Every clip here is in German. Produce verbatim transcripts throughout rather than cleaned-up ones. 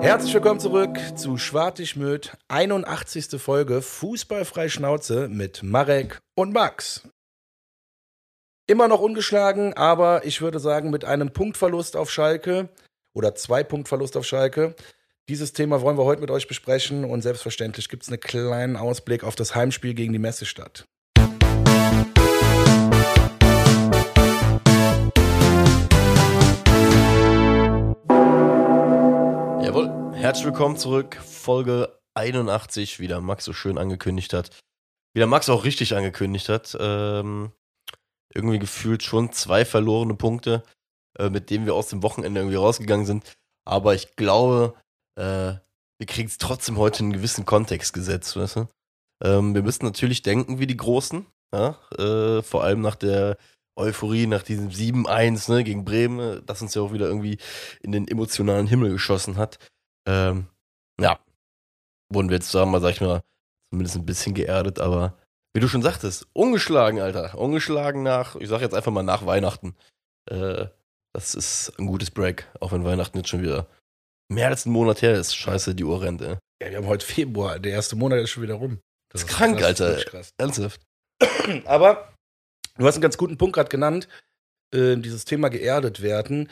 Herzlich willkommen zurück zu Schwartig-Möd, einundachtzigste Folge Fußballfrei Schnauze mit Marek und Max. Immer noch ungeschlagen, aber ich würde sagen mit einem Punktverlust auf Schalke oder zwei Punktverlust auf Schalke. Dieses Thema wollen wir heute mit euch besprechen und selbstverständlich gibt es einen kleinen Ausblick auf das Heimspiel gegen die Messestadt. Jawohl, herzlich willkommen zurück, Folge einundachtzig, wie der Max so schön angekündigt hat. Wie der Max auch richtig angekündigt hat, ähm, irgendwie gefühlt schon zwei verlorene Punkte, äh, mit denen wir aus dem Wochenende irgendwie rausgegangen sind. Aber ich glaube, äh, wir kriegen es trotzdem heute in einen gewissen Kontext gesetzt, weißt du? Ähm, wir müssen natürlich denken wie die Großen, ja? äh, vor allem nach der Euphorie, nach diesem sieben eins ne, gegen Bremen, das uns ja auch wieder irgendwie in den emotionalen Himmel geschossen hat. Ähm, ja, wurden wir jetzt, sagen wir mal, sag ich mal, zumindest ein bisschen geerdet, aber wie du schon sagtest, ungeschlagen, Alter. Ungeschlagen nach, ich sag jetzt einfach mal nach Weihnachten. Äh, das ist ein gutes Break, auch wenn Weihnachten jetzt schon wieder mehr als einen Monat her ist. Scheiße, die Uhr rennt, ey. Ja, wir haben heute Februar, der erste Monat ist schon wieder rum. Das ist krank, krass, Alter. das ist krass. Ernsthaft. Aber du hast einen ganz guten Punkt gerade genannt, äh, dieses Thema geerdet werden.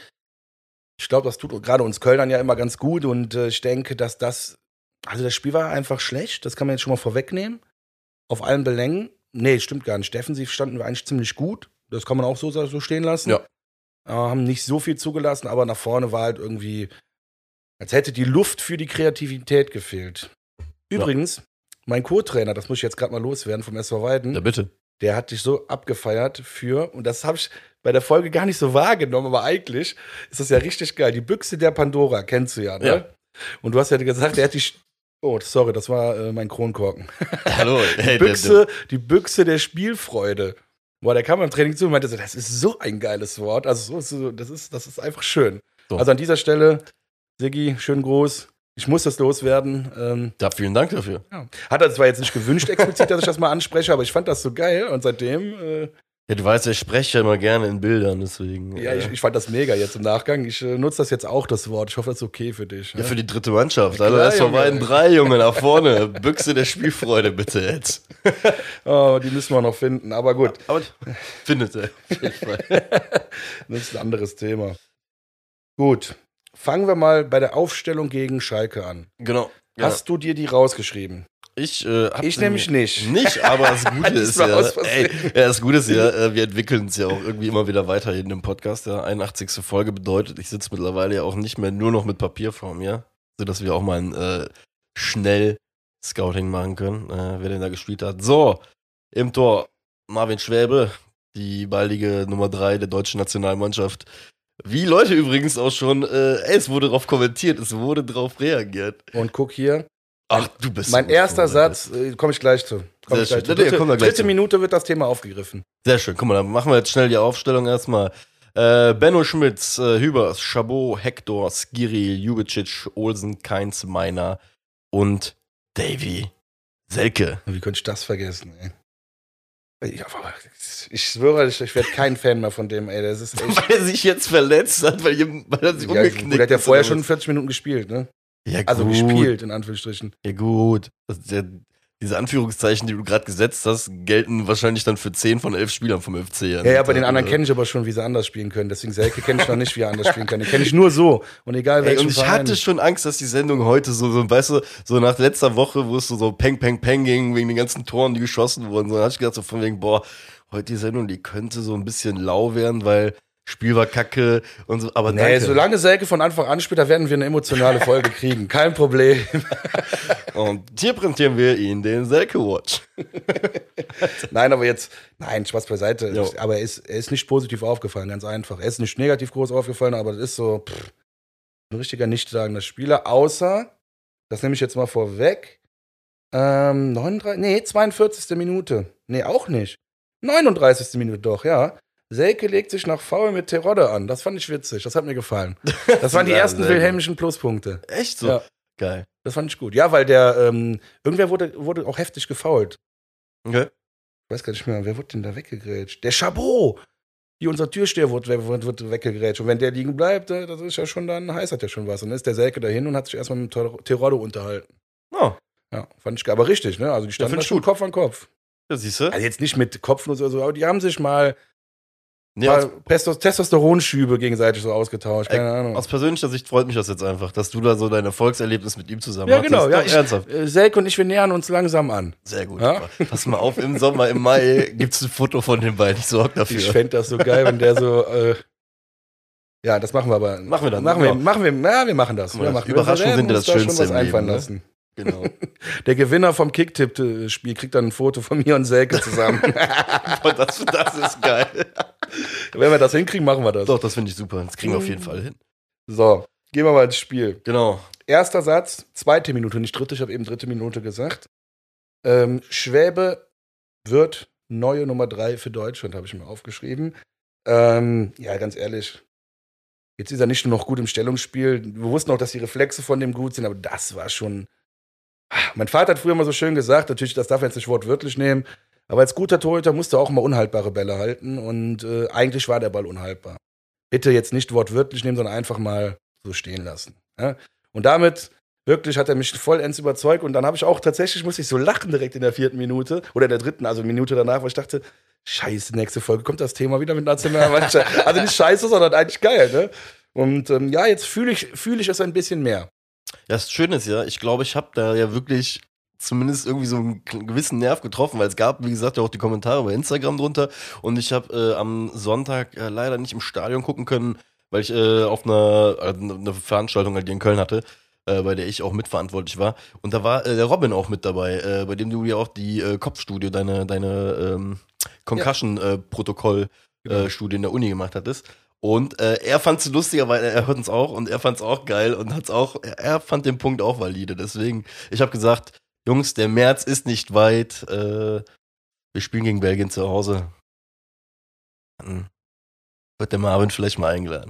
Ich glaube, das tut gerade uns Kölnern ja immer ganz gut und äh, ich denke, dass das, also das Spiel war einfach schlecht, das kann man jetzt schon mal vorwegnehmen. Auf allen Belängen. Nee, stimmt gar nicht. Defensiv standen wir eigentlich ziemlich gut, das kann man auch so, so stehen lassen. Ja. Äh, haben nicht so viel zugelassen, aber nach vorne war halt irgendwie, als hätte die Luft für die Kreativität gefehlt. Übrigens, ja. Mein Co-Trainer, das muss ich jetzt gerade mal loswerden vom S V Weiden. Ja, bitte. Der hat dich so abgefeiert für, und das habe ich bei der Folge gar nicht so wahrgenommen, aber eigentlich ist das ja richtig geil. Die Büchse der Pandora, kennst du ja, ne? Ja. Und du hast ja gesagt, der hat dich, oh, sorry, das war äh, mein Kronkorken. Hallo. Die Büchse, die Büchse der Spielfreude. Boah, der kam beim Training zu und meinte so, das ist so ein geiles Wort. Also so, das ist, das ist einfach schön. So. Also an dieser Stelle, Siggi, schönen Gruß. Ich muss das loswerden. Ähm, ja, vielen Dank dafür. Ja. Hat er zwar jetzt nicht gewünscht explizit, dass ich das mal anspreche, aber ich fand das so geil und seitdem... Äh, ja, du weißt, ich spreche ja immer gerne in Bildern, deswegen... Ja, äh, ich, ich fand das mega jetzt im Nachgang. Ich äh, nutze das jetzt auch, das Wort. Ich hoffe, das ist okay für dich. Ja, ja? für die dritte Mannschaft. Ja, Also klar, erst vor beiden drei, Junge, nach vorne. Büchse der Spielfreude, bitte jetzt. Oh, die müssen wir noch finden, aber gut. Aber findet er, auf jeden Fall. Das ist ein anderes Thema. Gut. Fangen wir mal bei der Aufstellung gegen Schalke an. Genau. Hast ja. du dir die rausgeschrieben? Ich, äh, hab ich nämlich nicht. Nicht, aber das Gute ist ja, ey, ja, das Gute ist ja, äh, wir entwickeln uns ja auch irgendwie immer wieder weiter in dem Podcast. Ja, einundachtzigste Folge bedeutet, ich sitze mittlerweile ja auch nicht mehr nur noch mit Papier vor mir, sodass wir auch mal ein äh, schnell Scouting machen können, äh, wer denn da gespielt hat. So, im Tor Marvin Schwäbe, die baldige Nummer drei der deutschen Nationalmannschaft. Wie Leute übrigens auch schon, äh, ey, es wurde drauf kommentiert, es wurde drauf reagiert. Und guck hier. Ach, du bist Mein so erster Satz, äh, komme ich gleich zu. Komm ich gleich zu. Dritte, ja, gleich dritte zu. Minute wird das Thema aufgegriffen. Sehr schön, guck mal, dann machen wir jetzt schnell die Aufstellung erstmal. Äh, Benno Schmitz, äh, Hübers, Chabot, Hector, Skiri, Jubicic, Olsen, Keins, Meiner und Davy Selke. Wie könnte ich das vergessen, ey? Ich, ich schwöre, ich, ich werde kein Fan mehr von dem, ey. Das ist echt weil er sich jetzt verletzt hat, weil, weil er sich ja, umgeknickt hat. Der hat ja vorher schon vierzig Minuten gespielt, ne? Ja, gut. Also gespielt, in Anführungsstrichen. Ja, gut. Das ist ja, diese Anführungszeichen, die du gerade gesetzt hast, gelten wahrscheinlich dann für zehn von elf Spielern vom F C. Ja, ja, bei den anderen kenne ich aber schon, wie sie anders spielen können. Deswegen Selke kenne ich noch nicht, wie er anders spielen kann. Den kenne ich nur so. Und egal welchen Ey, und ich Verein. hatte schon Angst, dass die Sendung heute so, so, weißt du, so nach letzter Woche, wo es so, so Peng, Peng, Peng ging, wegen den ganzen Toren, die geschossen wurden, so, da hatte ich gedacht, so von wegen, boah, heute die Sendung, die könnte so ein bisschen lau werden, weil Spiel war kacke und so, aber nee, danke. Solange Selke von Anfang an spielt, da werden wir eine emotionale Folge kriegen. Kein Problem. Und hier präsentieren wir Ihnen den Selke-Watch. Nein, aber jetzt, nein, Spaß beiseite. Jo. Aber er ist, er ist nicht positiv aufgefallen, ganz einfach. Er ist nicht negativ groß aufgefallen, aber das ist so pff, ein richtiger nichtssagender Spieler. Außer, das nehme ich jetzt mal vorweg, ähm, neununddreißig, nee, zweiundvierzigste Minute. Nee, auch nicht. neununddreißigste Minute doch, ja. Selke legt sich nach Foul mit Terodde an. Das fand ich witzig. Das hat mir gefallen. Das waren die Ja, ersten sehr wilhelmischen Pluspunkte. Echt so? Ja. Geil. Das fand ich gut. Ja, weil der, ähm, irgendwer wurde, wurde auch heftig gefoult. Okay. Ich weiß gar nicht mehr, wer wurde denn da weggegrätscht? Der Chabot! Hier unser Türsteher wird, wird, wird weggegrätscht. Und wenn der liegen bleibt, äh, das ist ja schon dann, heißt das ja schon was. Und dann ist der Selke dahin und hat sich erstmal mit dem Terodde unterhalten. Oh. Ja, fand ich geil. Aber richtig, ne? Also die standen Ja, da schon gut. Kopf an Kopf. Ja, siehst du? Also jetzt nicht mit Kopfnuss oder so, aber die haben sich mal, Nee, mal aus, Pestos- Testosteronschübe gegenseitig so ausgetauscht. Keine äh, Ahnung. aus persönlicher Sicht freut mich das jetzt einfach, dass du da so dein Erfolgserlebnis mit ihm zusammen Ja, hattest. genau. Ja, Doch, ich, ernsthaft. äh, Selke und ich, wir nähern uns langsam an. Sehr gut. Ja? Pass mal auf, im Sommer, im Mai gibt's ein Foto von den beiden. Ich sorge dafür. Ich fände das so geil, wenn der so. Äh, ja, das machen wir aber. Machen wir dann, Machen genau. wir, machen wir, ja, wir machen das. Guck mal, Wir machen, Überraschungen wir sind ja werden das uns Schönste da schon was im Leben, einfallen ne? lassen. Genau. Der Gewinner vom Kicktipp-Spiel kriegt dann ein Foto von mir und Selke zusammen. Boah, das, das ist geil. Wenn wir das hinkriegen, machen wir das. Doch, das finde ich super. Das kriegen wir auf jeden Fall hin. So, gehen wir mal ins Spiel. Genau. Erster Satz, zweite Minute, nicht dritte, ich habe eben dritte Minute gesagt. Ähm, Schwäbe wird neue Nummer drei für Deutschland, habe ich mir aufgeschrieben. Ähm, ja, ganz ehrlich, jetzt ist er nicht nur noch gut im Stellungsspiel. Wir wussten auch, dass die Reflexe von dem gut sind, aber das war schon. Mein Vater hat früher mal so schön gesagt, natürlich, das darf er jetzt nicht wortwörtlich nehmen, aber als guter Torhüter musste er auch mal unhaltbare Bälle halten und äh, eigentlich war der Ball unhaltbar. Bitte jetzt nicht wortwörtlich nehmen, sondern einfach mal so stehen lassen. Ja? Und damit wirklich hat er mich vollends überzeugt und dann habe ich auch tatsächlich, musste ich so lachen direkt in der vierten Minute oder in der dritten, also Minute danach, weil ich dachte, scheiße, nächste Folge kommt das Thema wieder mit Nationalmannschaft. Also nicht scheiße, sondern eigentlich geil, ne? Und ähm, ja, jetzt fühle ich, fühl ich es ein bisschen mehr. Ja, das Schöne ist ja, ich glaube, ich habe da ja wirklich zumindest irgendwie so einen gewissen Nerv getroffen, weil es gab, wie gesagt, ja auch die Kommentare bei Instagram drunter und ich habe äh, am Sonntag äh, leider nicht im Stadion gucken können, weil ich äh, auf einer äh, eine Veranstaltung halt hier in Köln hatte, äh, bei der ich auch mitverantwortlich war und da war äh, der Robin auch mit dabei, äh, bei dem du ja auch die äh, Kopfstudie, deine, deine ähm, Concussion-Protokoll-Studie Genau. äh, in der Uni gemacht hattest. Und äh, er fand es lustiger, weil er hört uns auch und er fand es auch geil und hat's auch, er, er fand den Punkt auch valide. Deswegen, ich habe gesagt, Jungs, der März ist nicht weit. Äh, wir spielen gegen Belgien zu Hause. Dann wird der Marvin vielleicht mal eingeladen.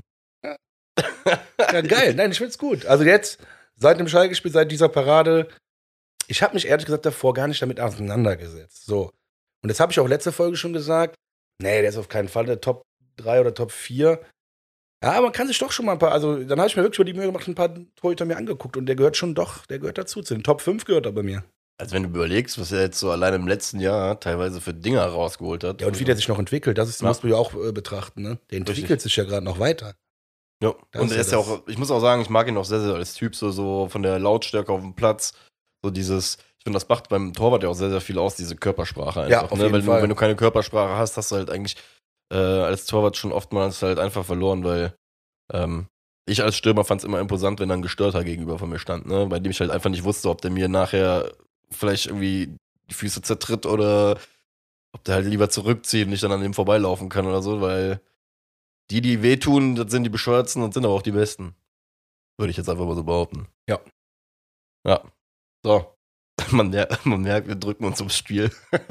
Ja, geil. Nein, ich find's gut. Also jetzt, seit dem Schalke-Spiel, seit dieser Parade, ich habe mich ehrlich gesagt davor gar nicht damit auseinandergesetzt. So. Und das habe ich auch letzte Folge schon gesagt. Nee, der ist auf keinen Fall der Top drei oder Top vier. Ja, aber man kann sich doch schon mal ein paar, also dann habe ich mir wirklich über die Mühe gemacht, ein paar Torhüter mir angeguckt und der gehört schon doch, der gehört dazu. Zu den Top fünf gehört er bei mir. Also wenn du überlegst, was er jetzt so allein im letzten Jahr teilweise für Dinger rausgeholt hat. Ja, und wie der sich noch entwickelt, das ist, Ja. musst du ja auch äh, betrachten, ne? Der entwickelt Richtig. sich ja gerade noch weiter. Ja, Das und ist er ja ist ja das. auch, ich muss auch sagen, ich mag ihn auch sehr, sehr als Typ, so, so von der Lautstärke auf dem Platz, so dieses, ich finde, das macht beim Torwart ja auch sehr, sehr viel aus, diese Körpersprache einfach. Ja, auf ne? jeden Wenn, Fall. du, wenn du keine Körpersprache hast, hast du halt eigentlich äh, als Torwart schon oftmals halt einfach verloren, weil ähm, ich als Stürmer fand es immer imposant, wenn dann ein Gestörter gegenüber von mir stand, ne? Bei dem ich halt einfach nicht wusste, ob der mir nachher vielleicht irgendwie die Füße zertritt oder ob der halt lieber zurückzieht und ich dann an dem vorbeilaufen kann oder so, weil die, die wehtun, das sind die Bescheuertsten und sind aber auch die Besten. Würde ich jetzt einfach mal so behaupten. Ja. Ja. So. Man, mer- man merkt, wir drücken uns ums Spiel.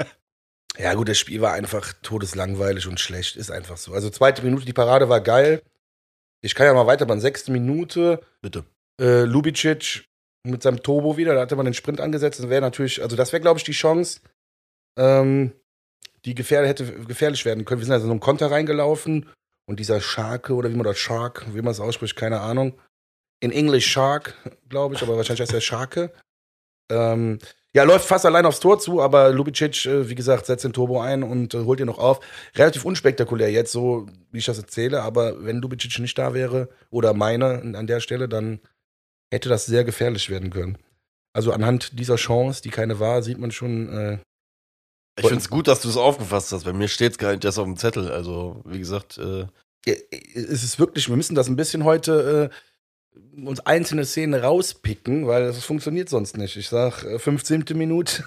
Ja, gut, das Spiel war einfach todeslangweilig und schlecht, ist einfach so. Also, zweite Minute, die Parade war geil. Ich kann ja mal weiter, bei sechste Minute. Bitte. Äh, Lubicic mit seinem Turbo wieder, da hatte man den Sprint angesetzt. Das wäre natürlich, also, das wäre, glaube ich, die Chance, ähm, die gefähr hätte gefährlich werden können. Wir sind also in so einen Konter reingelaufen und dieser Scharke oder wie man das Shark, wie man es ausspricht, keine Ahnung. In English Shark, glaube ich, aber wahrscheinlich heißt der Scharke. Ähm, ja, läuft fast allein aufs Tor zu, aber Lubicic, äh, wie gesagt, setzt den Turbo ein und äh, holt ihn noch auf. Relativ unspektakulär jetzt, so wie ich das erzähle, aber wenn Lubicic nicht da wäre oder meine an der Stelle, dann hätte das sehr gefährlich werden können. Also anhand dieser Chance, die keine war, sieht man schon. Äh, Ich finde es gut, dass du es aufgefasst hast. Bei mir steht es gar nicht erst auf dem Zettel. Also, wie gesagt, äh, es ist wirklich, wir müssen das ein bisschen heute äh, uns einzelne Szenen rauspicken, weil das funktioniert sonst nicht. Ich sag, äh, fünfzehnte Minute,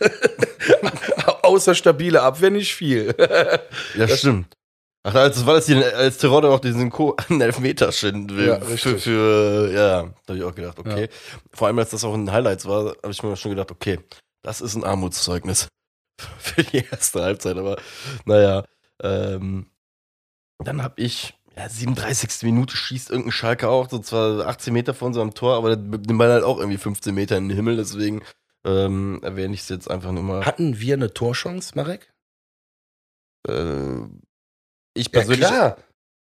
außer stabile Abwehr nicht viel. ja, Das- stimmt. Ach, als, war das die, als Terodde auch diesen Co- einen Elfmeter schinden will. Ja, für, richtig. für, ja, da habe ich auch gedacht, okay. Vor allem, als das auch in den Highlights war, habe ich mir schon gedacht, okay, das ist ein Armutszeugnis für die erste Halbzeit. Aber naja, ähm, dann habe ich, ja, siebenunddreißigste Minute schießt irgendein Schalke auch, so zwar achtzehn Meter vor unserem Tor, aber den Ball halt auch irgendwie fünfzehn Meter in den Himmel, deswegen ähm, erwähne ich es jetzt einfach nur mal. Hatten wir eine Torchance, Marek? Äh, ich Ja, persönlich, klar.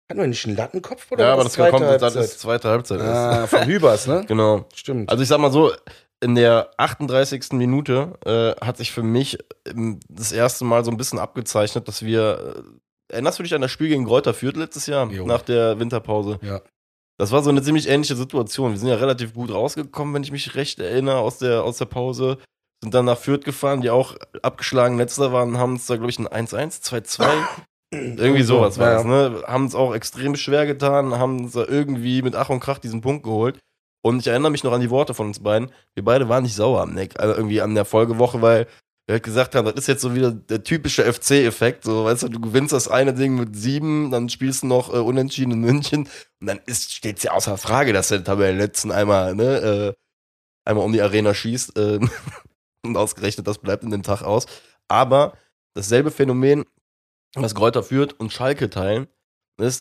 Hatten wir nicht einen Lattenkopf oder Ja, war aber das das kommt, zweite das Halbzeit? ist zweite Halbzeit. erst. Ah, von Hübers, ne? Genau. Stimmt. Also ich sag mal so, in der achtunddreißigsten Minute äh, hat sich für mich ähm, das erste Mal so ein bisschen abgezeichnet, dass wir, äh, erinnerst du dich an das Spiel gegen Greuther Fürth letztes Jahr, Jo. nach der Winterpause? Ja. Das war so eine ziemlich ähnliche Situation. Wir sind ja relativ gut rausgekommen, wenn ich mich recht erinnere, aus der, aus der Pause. Sind dann nach Fürth gefahren, die auch abgeschlagen letzter waren, haben uns da, glaube ich, ein eins eins, zwei zwei, irgendwie sowas war Ja, es, ne? Haben es auch extrem schwer getan, haben uns da irgendwie mit Ach und Krach diesen Punkt geholt. Und ich erinnere mich noch an die Worte von uns beiden. Wir beide waren nicht sauer am Neck, also irgendwie an der Folgewoche, weil wir halt gesagt haben, das ist jetzt so wieder der typische F C-Effekt. So, weißt du, du gewinnst das eine Ding mit sieben, dann spielst du noch äh, unentschieden in München und dann steht es ja außer Frage, dass der Tabellenletzten einmal, ne, äh, einmal um die Arena schießt. Äh, und ausgerechnet, das bleibt in dem Tag aus. Aber dasselbe Phänomen, was Greuther Fürth und Schalke teilen, ist,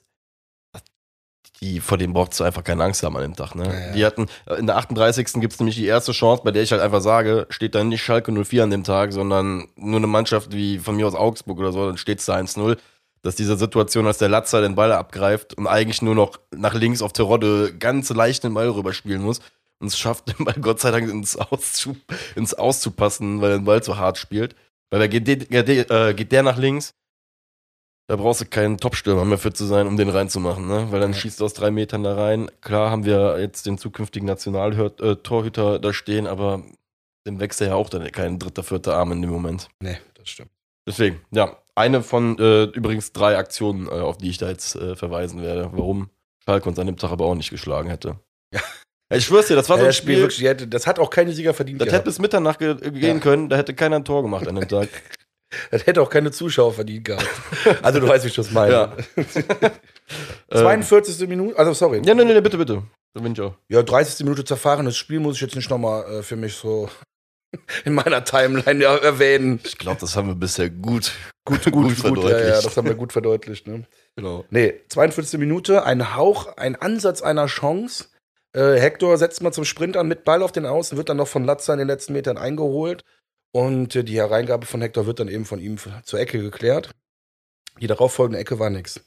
die, vor dem brauchst du einfach keine Angst haben an dem Tag. Ne? Ja, ja. Die hatten, in der achtunddreißigsten gibt es nämlich die erste Chance, bei der ich halt einfach sage, steht dann nicht Schalke null vier an dem Tag, sondern nur eine Mannschaft wie von mir aus Augsburg oder so, dann steht es da eins null. Dass diese Situation, als der Latzer den Ball abgreift und eigentlich nur noch nach links auf Terodde ganz leicht den Ball rüberspielen muss und es schafft, den Ball Gott sei Dank ins, Auszu ins Auszupassen, weil er den Ball so hart spielt. Weil da geht, der, geht, äh, geht der nach links, da brauchst du keinen Top-Stürmer mehr für zu sein, um den reinzumachen, ne? Weil dann Ja. schießt du aus drei Metern da rein. Klar haben wir jetzt den zukünftigen Nationaltorhüter da stehen, aber dem wächst ja auch dann kein dritter, vierter Arm in dem Moment. Nee, das stimmt. Deswegen, ja, eine von äh, übrigens drei Aktionen, äh, auf die ich da jetzt äh, verweisen werde, warum Schalke uns an dem Tag aber auch nicht geschlagen hätte. Ja. Ich schwör's dir, das war Ja, so ein das Spiel Spiel, wirklich, die hätte- das hat auch keine Sieger verdient das hätte gehabt. bis Mitternacht ge gehen Ja. können, da hätte keiner ein Tor gemacht an dem Tag. Das hätte auch keine Zuschauer verdient gehabt. Also du weißt, wie ich das meine. Ja. zweiundvierzigste Minute, also sorry. Ja, nee, nee, bitte, bitte. Da bin ich auch. Ja, dreißigste Minute zerfahrenes Spiel muss ich jetzt nicht nochmal äh, für mich so in meiner Timeline ja, erwähnen. Ich glaube, das haben wir bisher gut, Gut, gut, gut, verdeutlicht. ja, ja, das haben wir gut verdeutlicht. Ne? Genau. Nee, zweiundvierzigste Minute, ein Hauch, ein Ansatz einer Chance. Äh, Hector setzt mal zum Sprint an mit Ball auf den Außen, wird dann noch von Latzer in den letzten Metern eingeholt. Und äh, die Hereingabe von Hector wird dann eben von ihm f- zur Ecke geklärt. Die darauffolgende Ecke war nix.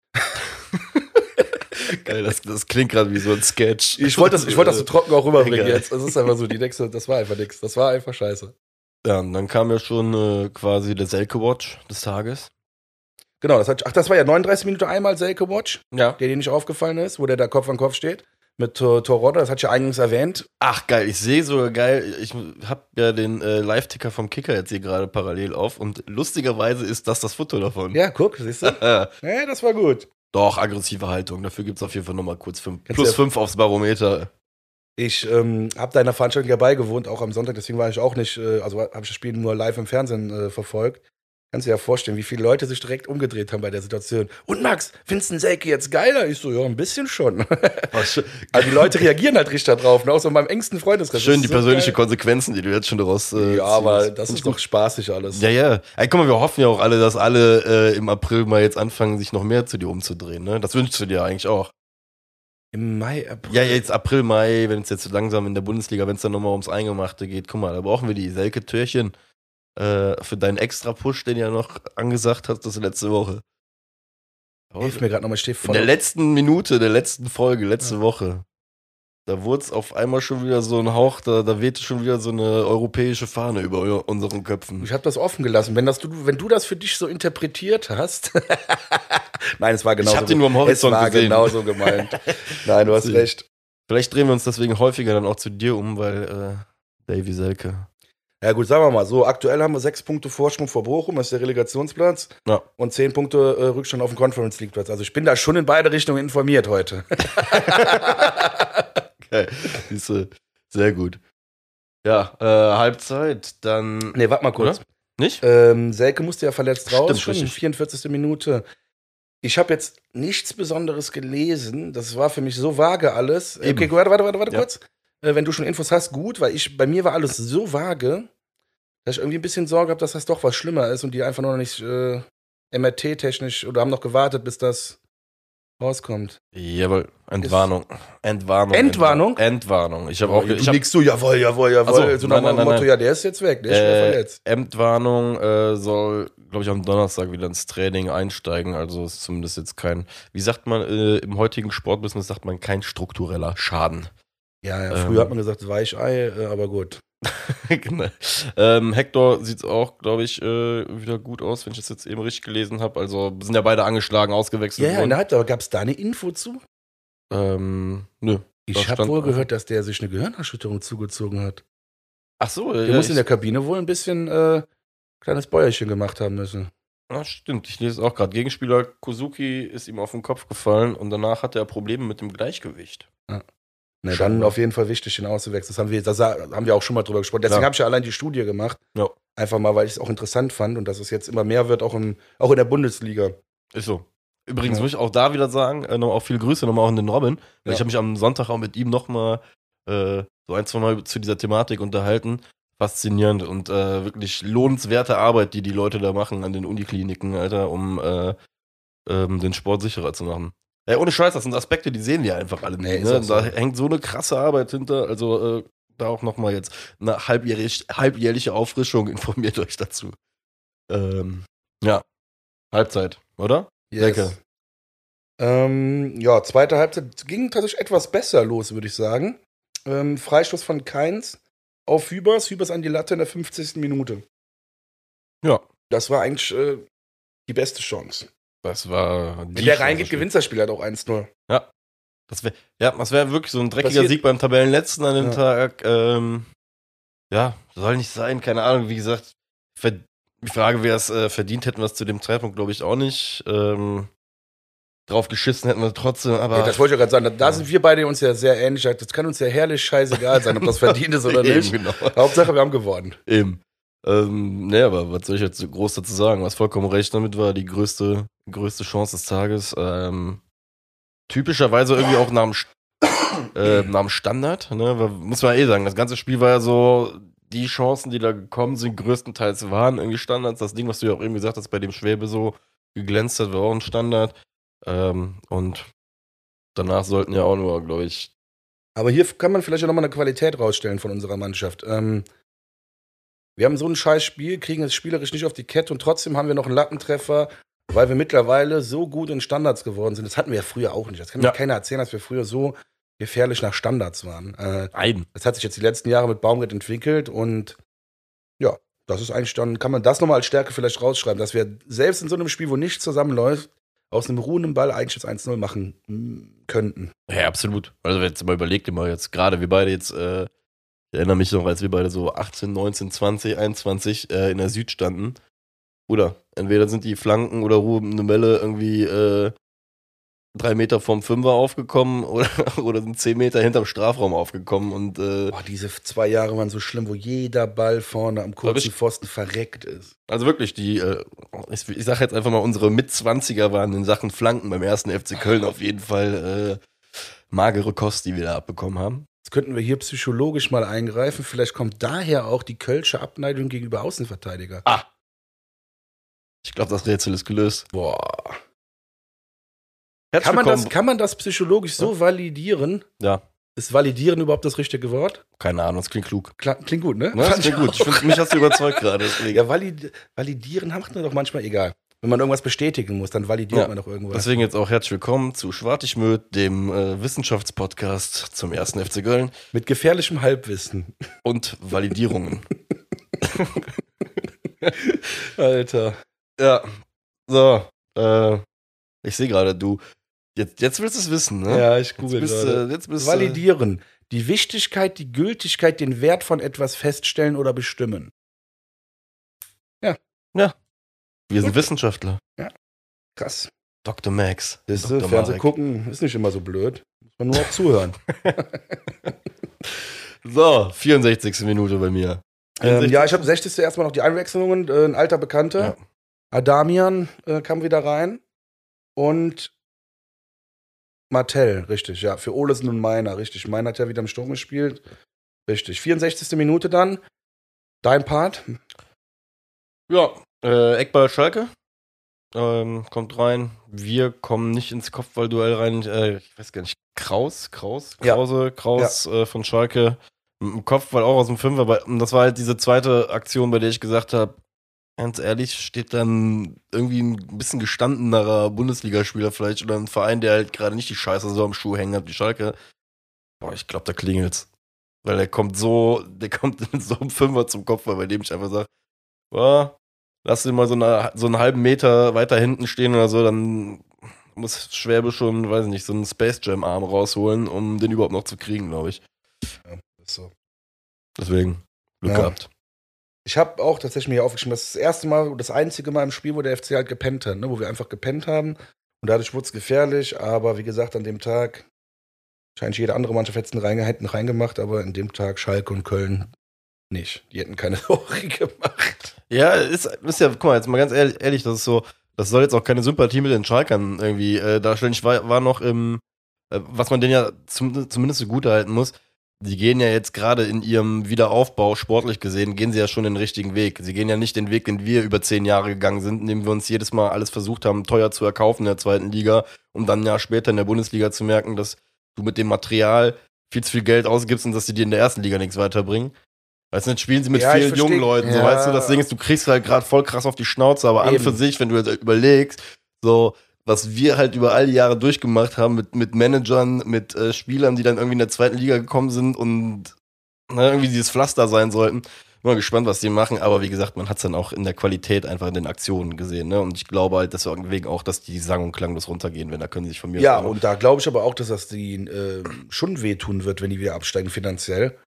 Geil, das, das klingt gerade wie so ein Sketch. Ich wollte das, ich wollte das so trocken auch rüberbringen Geil. jetzt. Es ist einfach so, die nächste, das war einfach nix. Das war einfach scheiße. Ja, und dann kam ja schon äh, quasi der Selke-Watch des Tages. Genau, das hat, ach, das war ja neununddreißig Minuten einmal Selke Watch, Ja. der dir nicht aufgefallen ist, wo der da Kopf an Kopf steht. Mit Tor Torrodde, das hat ich ja eingangs erwähnt. Ach geil, ich sehe sogar geil, ich habe ja den äh, Live-Ticker vom Kicker jetzt hier gerade parallel auf und lustigerweise ist das das Foto davon. Ja, guck, siehst du? Äh, Ja, das war gut. doch, aggressive Haltung, dafür gibt es auf jeden Fall nochmal kurz fünf, Kannst plus ja- fünf aufs Barometer. Ich ähm, habe deiner Veranstaltung ja beigewohnt, auch am Sonntag, deswegen war ich auch nicht, äh, also habe ich das Spiel nur live im Fernsehen äh, verfolgt. Kannst dir ja vorstellen, wie viele Leute sich direkt umgedreht haben bei der Situation. Und Max, findest du den Selke jetzt geiler? Ich so, ja, ein bisschen schon. Also die Leute reagieren halt richtig da drauf, ne? Auch so in meinem engsten Freundeskreis. Schön Das die ist so persönlichen geil. Konsequenzen, die du jetzt schon daraus äh, Ja, aber ziehst. das Find ist ich doch spaßig alles. Ja, ja. Ey, guck mal, wir hoffen ja auch alle, dass alle äh, im April mal jetzt anfangen, sich noch mehr zu dir umzudrehen. Ne? Das wünschst du dir eigentlich auch. Im Mai, April. Ja, jetzt April, Mai, wenn es jetzt so langsam in der Bundesliga, wenn es dann nochmal ums Eingemachte geht, guck mal, da brauchen wir die Selke-Türchen äh, für deinen Extra-Push, den du ja noch angesagt hast, das letzte Woche. Hilf mir gerade nochmal, ich stehe In voll. der letzten Minute, der letzten Folge, letzte Ja. Woche, da wurde es auf einmal schon wieder so ein Hauch, da, da wehte schon wieder so eine europäische Fahne über eu- unseren Köpfen. Ich habe das offen gelassen. Wenn, das, du, wenn du das für dich so interpretiert hast. Nein, es war genau Ich so. hab den nur am Horizont Es war gesehen. genauso gemeint. Nein, du hast Deswegen. recht. Vielleicht drehen wir uns deswegen häufiger dann auch zu dir um, weil äh, Davy Selke. Ja, gut, sagen wir mal so. Aktuell haben wir sechs Punkte Vorsprung vor Bochum, das ist der Relegationsplatz. Ja. Und zehn Punkte äh, Rückstand auf dem Conference League Platz. Also ich bin da schon in beide Richtungen informiert heute. Geil. Siehst du, sehr gut. Ja, äh, Halbzeit, dann. Nee, warte mal kurz. Oder? Nicht? Ähm, Selke musste ja verletzt raus, Stimmt, schon in richtig. vierundvierzigste Minute. Ich habe jetzt nichts Besonderes gelesen. Das war für mich so vage alles. Eben. Okay, warte, warte, warte, warte Ja. kurz. Äh, wenn du schon Infos hast, gut, weil ich, bei mir war alles so vage, dass ich irgendwie ein bisschen Sorge habe, dass das doch was schlimmer ist und die einfach nur noch nicht äh, M R T-technisch oder haben noch gewartet, bis das rauskommt. Jawohl, Entwarnung. Entwarnung. Entwarnung? Entwarnung. Ich habe auch. Du Ich hab, nix so, jawohl, jawohl, jawohl. Ach so, so nach nein, nein, dem nein, Motto, nein. ja, der ist jetzt weg, der ist schwer äh, verletzt. Entwarnung äh, soll, glaube ich, am Donnerstag wieder ins Training einsteigen. Also ist zumindest jetzt kein, wie sagt man, äh, im heutigen Sportbusiness sagt man kein struktureller Schaden. Ja, ja, ähm, früher hat man gesagt Weichei, äh, aber gut. Genau. ähm, Hector sieht auch, glaube ich, äh, wieder gut aus, wenn ich das jetzt eben richtig gelesen habe. Also sind ja beide angeschlagen, ausgewechselt Ja, ja, in worden. der Halbzeit, aber gab es da eine Info zu? Ähm, nö. Ich Da habe stand wohl einfach- gehört, dass der sich eine Gehirnerschütterung zugezogen hat. Ach so, Der ja, muss ich, in der Kabine wohl ein bisschen äh, kleines Bäuerchen gemacht haben müssen. ja, stimmt. Ich lese es auch gerade. Gegenspieler Kozuki ist ihm auf den Kopf gefallen und danach hatte er Probleme mit dem Gleichgewicht. Ne, dann Scheinbar. auf jeden Fall wichtig, den auszuwechseln. Das haben wir, das haben wir auch schon mal drüber gesprochen. Deswegen Ja. habe ich ja allein die Studie gemacht. Ja. Einfach mal, weil ich es auch interessant fand und dass es jetzt immer mehr wird, auch, im, auch in der Bundesliga. Ist so. Übrigens Ja. muss ich auch da wieder sagen, äh, noch auch viele Grüße nochmal auch an den Robin, weil Ja. ich habe mich am Sonntag auch mit ihm nochmal äh, so ein, zwei Mal zu dieser Thematik unterhalten. Faszinierend und äh, wirklich lohnenswerte Arbeit, die die Leute da machen an den Unikliniken, Alter, um äh, ähm, den Sport sicherer zu machen. Ey, ohne Scheiß, das sind Aspekte, die sehen wir einfach alle Nee, nicht. ist Ne? auch so. Da hängt so eine krasse Arbeit hinter. Also äh, da auch nochmal jetzt eine halbjährig, halbjährliche Auffrischung, informiert euch dazu. Ähm, ja, Halbzeit, oder? Lecker. Ähm, ja, zweite Halbzeit ging tatsächlich etwas besser los, würde ich sagen. Ähm, Freistoß von Keins auf Hübers, Hübers an die Latte in der fünfzigsten Minute. Ja, Das war eigentlich äh, die beste Chance. das war. Wenn der reingeht, gewinnt das Spiel halt auch eins null. Das wäre ja, das wär wirklich so ein dreckiger Passiert- Sieg beim Tabellenletzten an dem Ja. Tag. Ähm, ja, soll nicht sein, keine Ahnung. Wie gesagt, ver- die Frage, wer es äh, verdient, hätten wir es zu dem Zeitpunkt, glaube ich, auch nicht. Ähm, drauf geschissen hätten wir trotzdem, aber. Ja, das wollte ich ja gerade sagen. Da, da Ja. sind wir beide uns ja sehr ähnlich. Das kann uns ja herrlich scheißegal sein, ob das verdient ist oder Eben, nicht. genau. Hauptsache, wir haben gewonnen. Eben. Ähm, ne, aber was soll ich jetzt so groß dazu sagen? Was vollkommen recht damit war, die größte, größte Chance des Tages. Ähm, typischerweise irgendwie auch nach dem, St- äh, nach dem Standard, ne? Weil, muss man eh sagen, das ganze Spiel war ja so, die Chancen, die da gekommen sind, größtenteils waren irgendwie Standards. Das Ding, was du ja auch eben gesagt hast, bei dem Schwäbe so geglänzt hat, war auch ein Standard. Ähm, und danach sollten ja auch nur, glaube ich, Aber hier kann man vielleicht auch nochmal eine Qualität rausstellen von unserer Mannschaft. Ähm, wir haben so ein scheiß Spiel, kriegen es spielerisch nicht auf die Kette und trotzdem haben wir noch einen Lattentreffer, weil wir mittlerweile so gut in Standards geworden sind. Das hatten wir ja früher auch nicht. Das kann mir Ja. keiner erzählen, dass wir früher so gefährlich nach Standards waren. Äh, ein. das hat sich jetzt die letzten Jahre mit Baumgart entwickelt und ja, das ist eigentlich dann, kann man das nochmal als Stärke vielleicht rausschreiben, dass wir selbst in so einem Spiel, wo nichts zusammenläuft, aus einem ruhenden Ball eigentlich das eins null machen mm, könnten. Ja, absolut. Also, wenn jetzt mal überlegt, immer jetzt gerade wir beide jetzt, äh, ich erinnere mich noch, als wir beide so achtzehn, neunzehn, zwanzig, einundzwanzig äh, in der Süd standen. Oder entweder sind die Flanken oder Ruben eine Melle irgendwie äh, drei Meter vom Fünfer aufgekommen oder, oder sind zehn Meter hinterm Strafraum aufgekommen und äh, Boah, diese zwei Jahre waren so schlimm, wo jeder Ball vorne am kurzen richtig. Pfosten verreckt ist. also wirklich, die, äh, ich, ich sag jetzt einfach mal, unsere Mitzwanziger waren in Sachen Flanken beim ersten F C Köln auf jeden Fall äh, magere Kost, die wir da abbekommen haben. Jetzt könnten wir hier psychologisch mal eingreifen. Vielleicht kommt daher auch die Kölsche Abneigung gegenüber Außenverteidiger. Ah. Ich glaube, das Rätsel ist gelöst. Boah. Herzlich Kann man, das, willkommen. kann man das psychologisch so validieren? Ja, Ist validieren überhaupt das richtige Wort? keine Ahnung, das klingt klug. Kla klingt gut, ne? Ne, das Fand klingt ich gut. Ich auch. finde, mich hast du überzeugt gerade. deswegen. Ja, valid validieren macht man doch manchmal egal. Wenn man irgendwas bestätigen muss, dann validiert Ja, man doch irgendwas. Deswegen jetzt auch herzlich willkommen zu Schwartigmöd, dem äh, Wissenschaftspodcast zum ersten F C Köln Mit gefährlichem Halbwissen. und Validierungen. Alter. Ja, so. Äh, ich sehe gerade, du. Jetzt, jetzt willst du es wissen, ne? Ja, ich jetzt google bist, gerade. äh, jetzt bist du. Validieren. Die Wichtigkeit, die Gültigkeit, den Wert von etwas feststellen oder bestimmen. Wir sind Wissenschaftler. Krass. Doktor Max. Das ist, Doktor Fernsehen Marek. gucken ist nicht immer so blöd. Muss man nur auch zuhören. So, vierundsechzigste Minute bei mir. ähm, ja, ich habe sechzigste erstmal noch die Einwechslungen. Äh, ein alter Bekannter. Ja. Adamian äh, kam wieder rein. Und Martell, richtig, ja. Für Olesen und Meiner, richtig. Meiner hat ja wieder im Sturm gespielt. Richtig. vierundsechzigste Minute dann. Dein Part. Ja, äh, Eckball Schalke. ähm, kommt rein. Wir kommen nicht ins Kopfballduell rein. Äh, ich weiß gar nicht. Kraus, Kraus, Ja. Krause, Kraus Äh, von Schalke. Mit dem Kopfball auch aus dem Fünfer. Aber das war halt diese zweite Aktion, bei der ich gesagt habe, ganz ehrlich, steht dann irgendwie ein bisschen gestandenerer Bundesligaspieler vielleicht oder ein Verein, der halt gerade nicht die Scheiße so am Schuh hängen hat wie Schalke. Boah, ich glaube, da klingelt's. Weil der kommt so, der kommt mit so einem Fünfer zum Kopfball, bei dem ich einfach sage, boah, lass den mal so, eine, so einen halben Meter weiter hinten stehen oder so, dann muss Schwäbe schon, weiß ich nicht, so einen Space Jam Arm rausholen, um den überhaupt noch zu kriegen, glaube ich. Ja, ist so. Deswegen, Glück Ja. gehabt. Ich habe auch tatsächlich mir hier aufgeschrieben, das ist das erste Mal, das einzige Mal im Spiel, wo der F C halt gepennt hat, ne? Wo wir einfach gepennt haben. Und dadurch wurde es gefährlich, aber wie gesagt, an dem Tag, wahrscheinlich jede andere Mannschaft hätte es rein, hätten reingemacht, aber an dem Tag Schalke und Köln nicht. Die hätten keine Tore gemacht. Ja, ist, ist ja, guck mal, jetzt mal ganz ehrlich, ehrlich, das ist so, das soll jetzt auch keine Sympathie mit den Schalkern irgendwie äh, darstellen. Ich war, war noch im, äh, was man denen ja zum, zumindest zugute halten muss, die gehen ja jetzt gerade in ihrem Wiederaufbau, sportlich gesehen, gehen sie ja schon den richtigen Weg. Sie gehen ja nicht den Weg, den wir über zehn Jahre gegangen sind, indem wir uns jedes Mal alles versucht haben, teuer zu erkaufen in der zweiten Liga, um dann ein Jahr später in der Bundesliga zu merken, dass du mit dem Material viel zu viel Geld ausgibst und dass die dir in der ersten Liga nichts weiterbringen. Weißt du, jetzt spielen sie mit Ja, ich vielen versteh- jungen Leuten, so Ja. weißt du, das Ding ist, du kriegst halt gerade voll krass auf die Schnauze, aber an Eben. für sich, wenn du jetzt überlegst, so, was wir halt über all die Jahre durchgemacht haben mit, mit Managern, mit äh, Spielern, die dann irgendwie in der zweiten Liga gekommen sind und na, irgendwie dieses Pflaster sein sollten. Bin mal gespannt, was die machen, aber wie gesagt, man hat es dann auch in der Qualität einfach in den Aktionen gesehen, ne? Und ich glaube halt deswegen auch, dass die sang- und klanglos runtergehen, wenn da können sie sich von mir Ja, aus auch noch- und da glaube ich aber auch, dass das die äh, schon wehtun wird, wenn die wieder absteigen finanziell.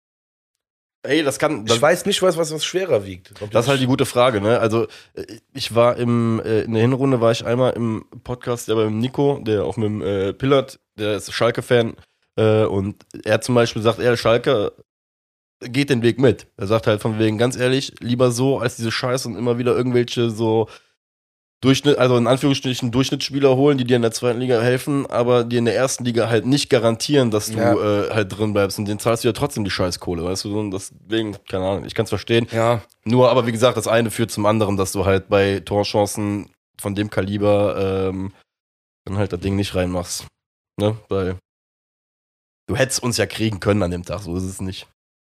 Ey, das kann. Das, Ich weiß nicht, was, was, was schwerer wiegt. Ob Das ist halt die gute Frage, ne? Also, äh, ich war im, äh, in der Hinrunde war ich einmal im Podcast, der beim Nico, der auch mit dem äh, Pillard, der ist Schalke-Fan, äh, und er zum Beispiel sagt, er, Schalke geht den Weg mit. Er sagt halt von wegen, ganz ehrlich, lieber so, als diese Scheiße und immer wieder irgendwelche so Durchschnitt, also in Anführungsstrichen Durchschnittsspieler holen, die dir in der zweiten Liga helfen, aber dir in der ersten Liga halt nicht garantieren, dass du Ja. äh, halt drin bleibst und den zahlst du ja trotzdem die Scheißkohle, weißt du? Und deswegen, keine Ahnung, ich kann es verstehen. Ja, Nur, aber wie gesagt, das eine führt zum anderen, dass du halt bei Torchancen von dem Kaliber ähm, dann halt das Ding nicht reinmachst. Ne? Weil du hättest uns ja kriegen können an dem Tag, so ist es nicht.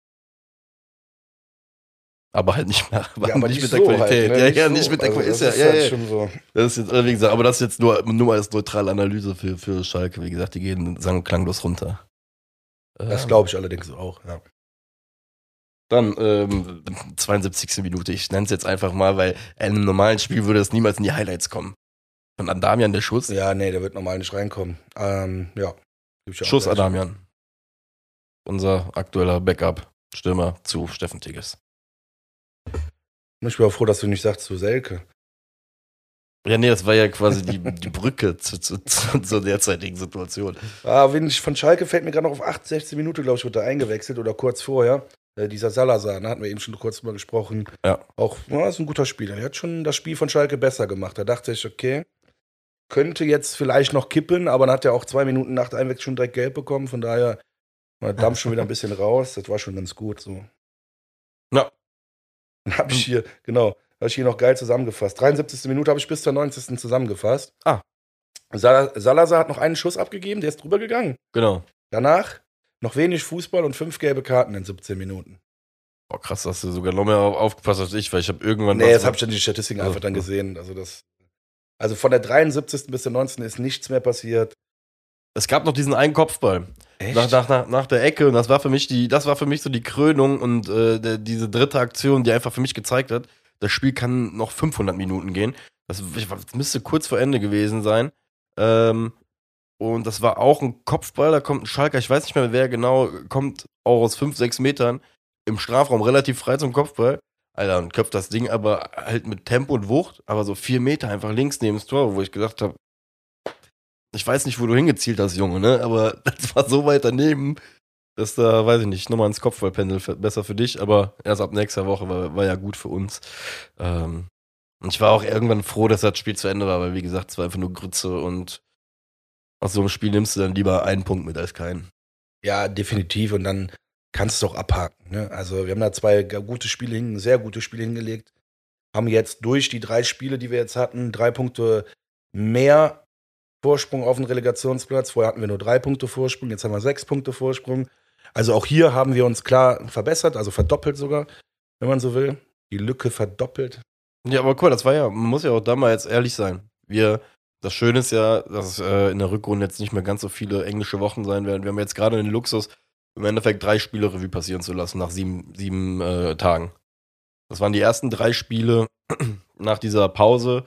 Aber halt nicht mehr, aber ja aber nicht nicht mit der so Qualität. Halt, ne? ja, ja, so. nicht mit der Also, Qualität. das Ist ja, ist ja, halt ja. schon so. Das ist jetzt, äh, wie gesagt, aber das ist jetzt nur, nur mal als neutrale Analyse für, für Schalke. Wie gesagt, die gehen sang- und klanglos runter. Das Ähm, glaube ich allerdings auch, ja. Dann, ähm, zweiundsiebzigste Minute, ich nenne es jetzt einfach mal, weil in einem normalen Spiel würde es niemals in die Highlights kommen. Von Adamian der Schuss. Ja, nee, der wird normal nicht reinkommen. Ähm, ja. Gib ich auch Schuss recht. Adamian. Unser aktueller Backup-Stürmer zu Steffen Tigges. Ich bin auch froh, dass du nicht sagst zu Selke. Ja, nee, das war ja quasi die, die Brücke zu, zu, zu, zur derzeitigen Situation. Ah, wenn ich von Schalke fällt mir gerade noch auf achtundsechzig Minuten, glaube ich, wird er eingewechselt oder kurz vorher. Äh, dieser Salazar, da hatten wir eben schon kurz mal gesprochen. Ja. Auch, ja, ist ein guter Spieler. Er hat schon das Spiel von Schalke besser gemacht. Da dachte ich, okay, könnte jetzt vielleicht noch kippen, aber dann hat er auch zwei Minuten nach der Einwechslung schon direkt gelb bekommen. Von daher war der Dampf schon wieder ein bisschen raus. Das war schon ganz gut so. Ja. Dann habe ich hier, genau, habe ich hier noch geil zusammengefasst. dreiundsiebzigste Minute habe ich bis zur neunzigsten zusammengefasst. Ah. Sal Salazar hat noch einen Schuss abgegeben, der ist drüber gegangen. Genau. Danach noch wenig Fußball und fünf gelbe Karten in siebzehn Minuten. Boah, krass, dass du sogar noch mehr auf- aufgepasst hast als ich, weil ich habe irgendwann. Nee, was- das habe ich dann die Statistiken Also, einfach dann ja. gesehen. Also, das, also von der dreiundsiebzigsten bis der neunzigsten ist nichts mehr passiert. Es gab noch diesen einen Kopfball. Echt? Nach, nach, nach, nach der Ecke und das war für mich die, das war für mich so die Krönung und äh, der, diese dritte Aktion, die einfach für mich gezeigt hat, das Spiel kann noch fünfhundert Minuten gehen. Das, ich, das müsste kurz vor Ende gewesen sein. Ähm, und das war auch ein Kopfball, da kommt ein Schalker, ich weiß nicht mehr wer genau, kommt auch aus fünf, sechs Metern im Strafraum relativ frei zum Kopfball. Alter, und köpft das Ding aber halt mit Tempo und Wucht, aber so vier Meter einfach links neben das Tor, wo ich gedacht habe, ich weiß nicht, wo du hingezielt hast, Junge, ne? Aber das war so weit daneben, dass da, weiß ich nicht, nochmal ins Kopfballpendel f- besser für dich, aber erst ab nächster Woche war, war ja gut für uns. Ähm, und ich war auch irgendwann froh, dass das Spiel zu Ende war, weil wie gesagt, es war einfach nur Grütze und aus so einem Spiel nimmst du dann lieber einen Punkt mit als keinen. Ja, definitiv. Und dann kannst du es auch abhaken. Ne? Also, wir haben da zwei g- gute Spiele hin, sehr gute Spiele hingelegt. haben jetzt durch die drei Spiele, die wir jetzt hatten, drei Punkte mehr Vorsprung auf den Relegationsplatz. Vorher hatten wir nur drei Punkte Vorsprung, jetzt haben wir sechs Punkte Vorsprung. Also auch hier haben wir uns klar verbessert, also verdoppelt sogar, wenn man so will. Die Lücke verdoppelt. Ja, aber cool, das war ja, man muss ja auch da mal jetzt ehrlich sein. Wir, das Schöne ist ja, dass äh, in der Rückrunde jetzt nicht mehr ganz so viele englische Wochen sein werden. Wir haben jetzt gerade den Luxus, im Endeffekt drei Spiele Revue passieren zu lassen nach sieben, sieben äh, Tagen. Das waren die ersten drei Spiele nach dieser Pause.